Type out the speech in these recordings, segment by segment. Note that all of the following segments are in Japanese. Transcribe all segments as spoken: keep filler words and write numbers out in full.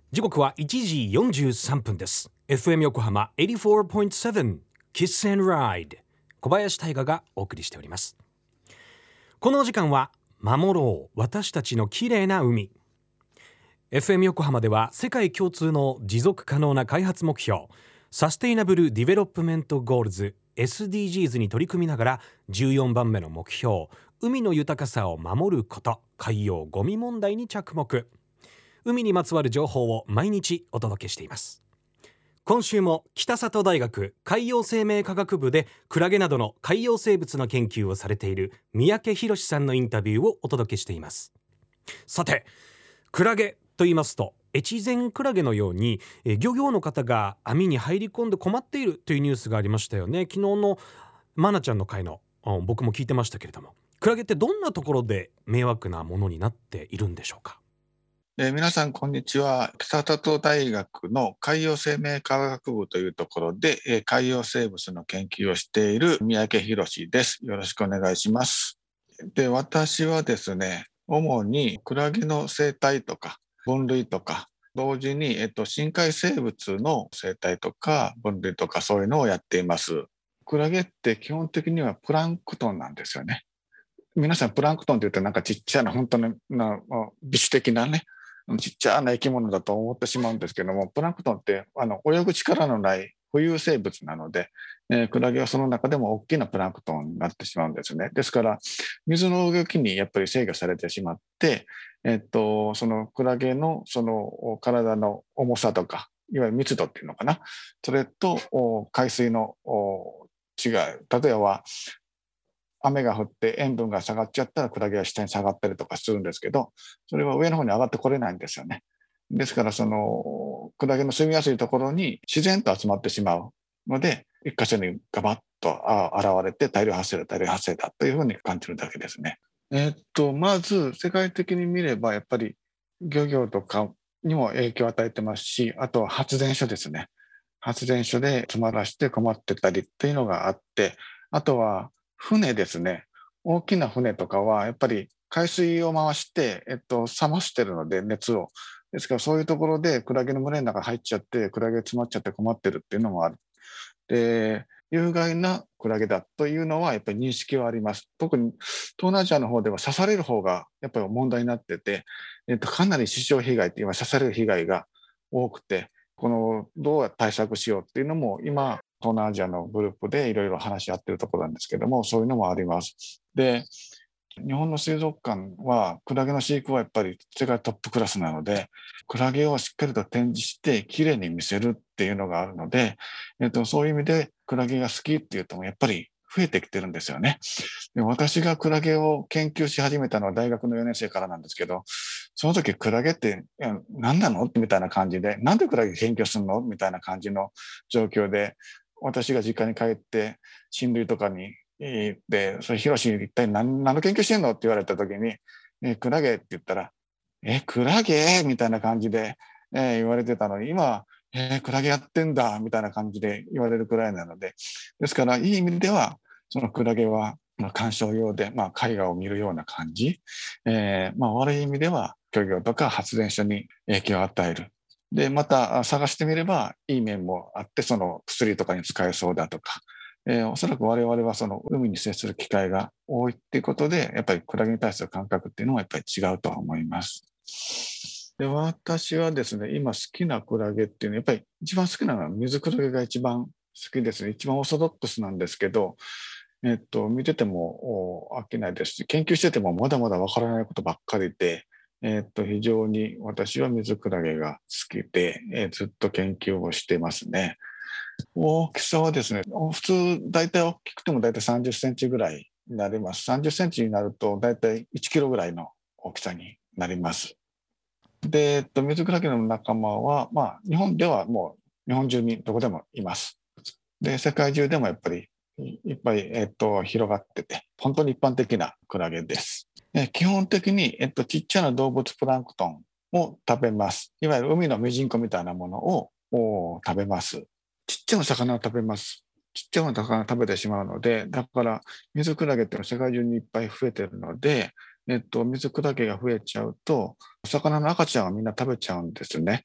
時刻はいちじよんじゅうさんぷんです。 エフエム 横浜 はちじゅうよんてんなな Kiss and Ride、 小林大賀がお送りしております。このお時間は守ろう私たちの綺麗な海。 エフエム 横浜では世界共通の持続可能な開発目標サステイナブルディベロップメントゴールズ エスディージーズ に取り組みながら、じゅうよんばんめの目標、海の豊かさを守ること、海洋ゴミ問題に着目。海にまつわる情報を毎日お届けしています。今週も北里大学海洋生命科学部でクラゲなどの海洋生物の研究をされている三宅博さんのインタビューをお届けしています。さて、クラゲと言いますと、越前クラゲのようにえ漁業の方が網に入り込んで困っているというニュースがありましたよね。昨日のマナちゃんの回のうん僕も聞いてましたけれども、クラゲってどんなところで迷惑なものになっているんでしょうか。 えー皆さん、こんにちは。北里大学の海洋生命科学部というところで、えー海洋生物の研究をしている三宅博です。よろしくお願いします。で、私はですね、主にクラゲの生態とか分類とか、同時に、えっと、深海生物の生態とか分類とかそういうのをやっています。クラゲって基本的にはプランクトンなんですよね。皆さんプランクトンって言うとなんかちっちゃな本当のな微種的なね、ちっちゃな生き物だと思ってしまうんですけども、プランクトンってあの泳ぐ力のない浮遊生物なので、えークラゲはその中でも大きなプランクトンになってしまうんですね。ですから水の動きにやっぱり制御されてしまって、えっと、そのクラゲのその体の重さとか、いわゆる密度っていうのかな、それとお海水のお違い、例えば雨が降って塩分が下がっちゃったらクラゲは下に下がったりとかするんですけど、それは上の方に上がってこれないんですよね。ですからそのクラゲの住みやすいところに自然と集まってしまうので、一箇所にガバッとあ現れて大量発生だ大量発生だというふうに感じるだけですね。えーっとまず世界的に見ればやっぱり漁業とかにも影響を与えてますし、あとは発電所ですね。発電所で詰まらして困ってたりっていうのがあって、あとは船ですね。大きな船とかはやっぱり海水を回して、えっと、冷ましてるので熱を。ですからそういうところでクラゲの群れの中に入っちゃって、クラゲ詰まっちゃって困ってるっていうのもある。で、有害なクラゲだというのはやっぱり認識はあります。特に東南アジアの方では刺される方がやっぱり問題になってて、えっと、かなり死傷被害って今刺される被害が多くて、このどうやって対策しようっていうのも今東南アジアのグループでいろいろ話し合ってるところなんですけども、そういうのもあります。で、日本の水族館はクラゲの飼育はやっぱり世界トップクラスなので、クラゲをしっかりと展示してきれいに見せるっていうのがあるので、えっと、そういう意味でクラゲが好きっていうとやっぱり増えてきてるんですよね。で、私がクラゲを研究し始めたのは大学のよねん生からなんですけど、その時クラゲっていや何なのみたいな感じで、なんでクラゲ研究するのみたいな感じの状況で、私が実家に帰って親類とかに行って、それヒロシ一体何何の研究してんのって言われた時に、えクラゲって言ったら、え、クラゲみたいな感じで、えー言われてたのに、今は、えークラゲやってんだみたいな感じで言われるくらいなので、ですからいい意味では、そのクラゲは、まあ、鑑賞用で、まあ、絵画を見るような感じ、えーまあ、悪い意味では漁業とか発電所に影響を与える。で、また探してみればいい面もあって、その薬とかに使えそうだとか、えーおそらく我々はその海に接する機会が多いっていうことで、やっぱりクラゲに対する感覚っていうのはやっぱり違うとは思います。で、私はですね、今好きなクラゲっていうのは、やっぱり一番好きなのは水クラゲが一番好きですね。一番オーソドックスなんですけど、えっと、見ててもお飽きないですし、研究しててもまだまだわからないことばっかりで、えっと、非常に私は水クラゲが好きで、えーずっと研究をしてますね。大きさはですね、普通、大体大きくても大体さんじゅっセンチぐらいになります。さんじゅっセンチになると大体いちキロぐらいの大きさになります。で、えっと、水クラゲの仲間は、まあ、日本ではもう日本中にどこでもいます。で、世界中でもやっぱりいいっぱい、えっと、広がってて、本当に一般的なクラゲです。え基本的に、えっと、ちっちゃな動物プランクトンを食べます。いわゆる海のミジンコみたいなものをお食べます。ちっちゃな魚を食べます。ちっちゃな魚を食べてしまうので、だから水クラゲっていうのは世界中にいっぱい増えてるので、えっと、水クラゲが増えちゃうと、お魚の赤ちゃんはみんな食べちゃうんですね。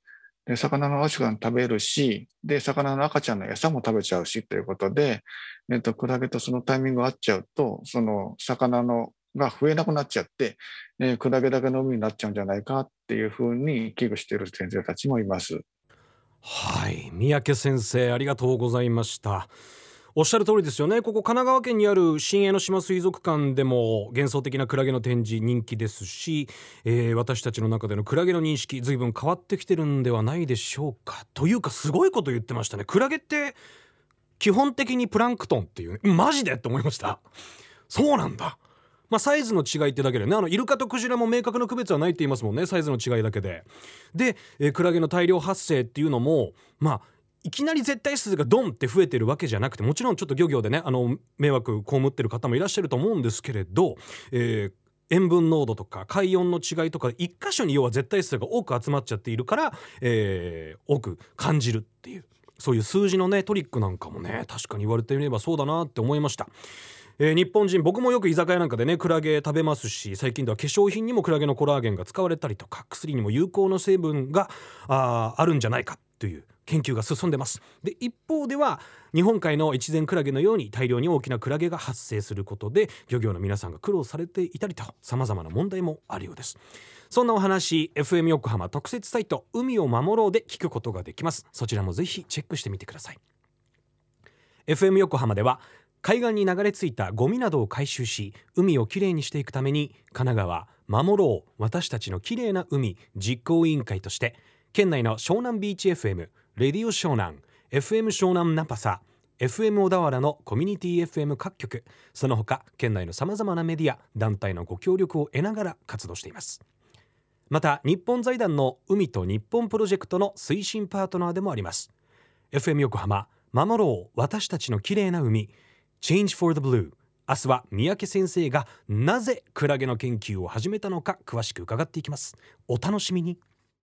で魚の足が食べるし、で魚の赤ちゃんの餌も食べちゃうしということで、えっと、クラゲとそのタイミングが合っちゃうと、その魚のが増えなくなっちゃって、えー、クラゲだけの海になっちゃうんじゃないかっていうふうに危惧している先生たちもいます。 はい、三宅先生ありがとうございました。おっしゃる通りですよね。ここ神奈川県にある新江ノ島水族館でも幻想的なクラゲの展示人気ですし、えー、私たちの中でのクラゲの認識随分変わってきてるんではないでしょうか。というかすごいこと言ってましたね。クラゲって基本的にプランクトンっていう、ね、マジでって思いました。そうなんだ。まあ、サイズの違いってだけでね、あのイルカとクジラも明確な区別はないって言いますもんね、サイズの違いだけで。で、えー、クラゲの大量発生っていうのもまあいきなり絶対数がドンって増えてるわけじゃなくて、もちろんちょっと漁業でねあの迷惑被ってる方もいらっしゃると思うんですけれど、えー塩分濃度とか海温の違いとか一箇所に要は絶対数が多く集まっちゃっているから、えー、多く感じるっていう、そういう数字のねトリックなんかもね確かに言われてみればそうだなって思いました。えー、日本人僕もよく居酒屋なんかでねクラゲ食べますし、最近では化粧品にもクラゲのコラーゲンが使われたりとか、薬にも有効な成分が あ, あるんじゃないかという研究が進んでます。で一方では日本海の越前クラゲのように大量に大きなクラゲが発生することで漁業の皆さんが苦労されていたりと様々な問題もあるようです。そんなお話 エフエム 横浜特設サイト海を守ろうで聞くことができます。そちらもぜひチェックしてみてください。 エフエム 横浜では海岸に流れ着いたゴミなどを回収し海をきれいにしていくために神奈川守ろう私たちのきれいな海実行委員会として県内の湘南ビーチ エフエム、レディオ湘南、エフエム 湘南ナパサ、エフエム 小田原のコミュニティ エフエム 各局、その他県内のさまざまなメディア団体のご協力を得ながら活動しています。また日本財団の海と日本プロジェクトの推進パートナーでもあります。 エフエム 横浜守ろう私たちのきれいな海 Change for the Blue、 明日は三宅先生がなぜクラゲの研究を始めたのか詳しく伺っていきます。お楽しみに。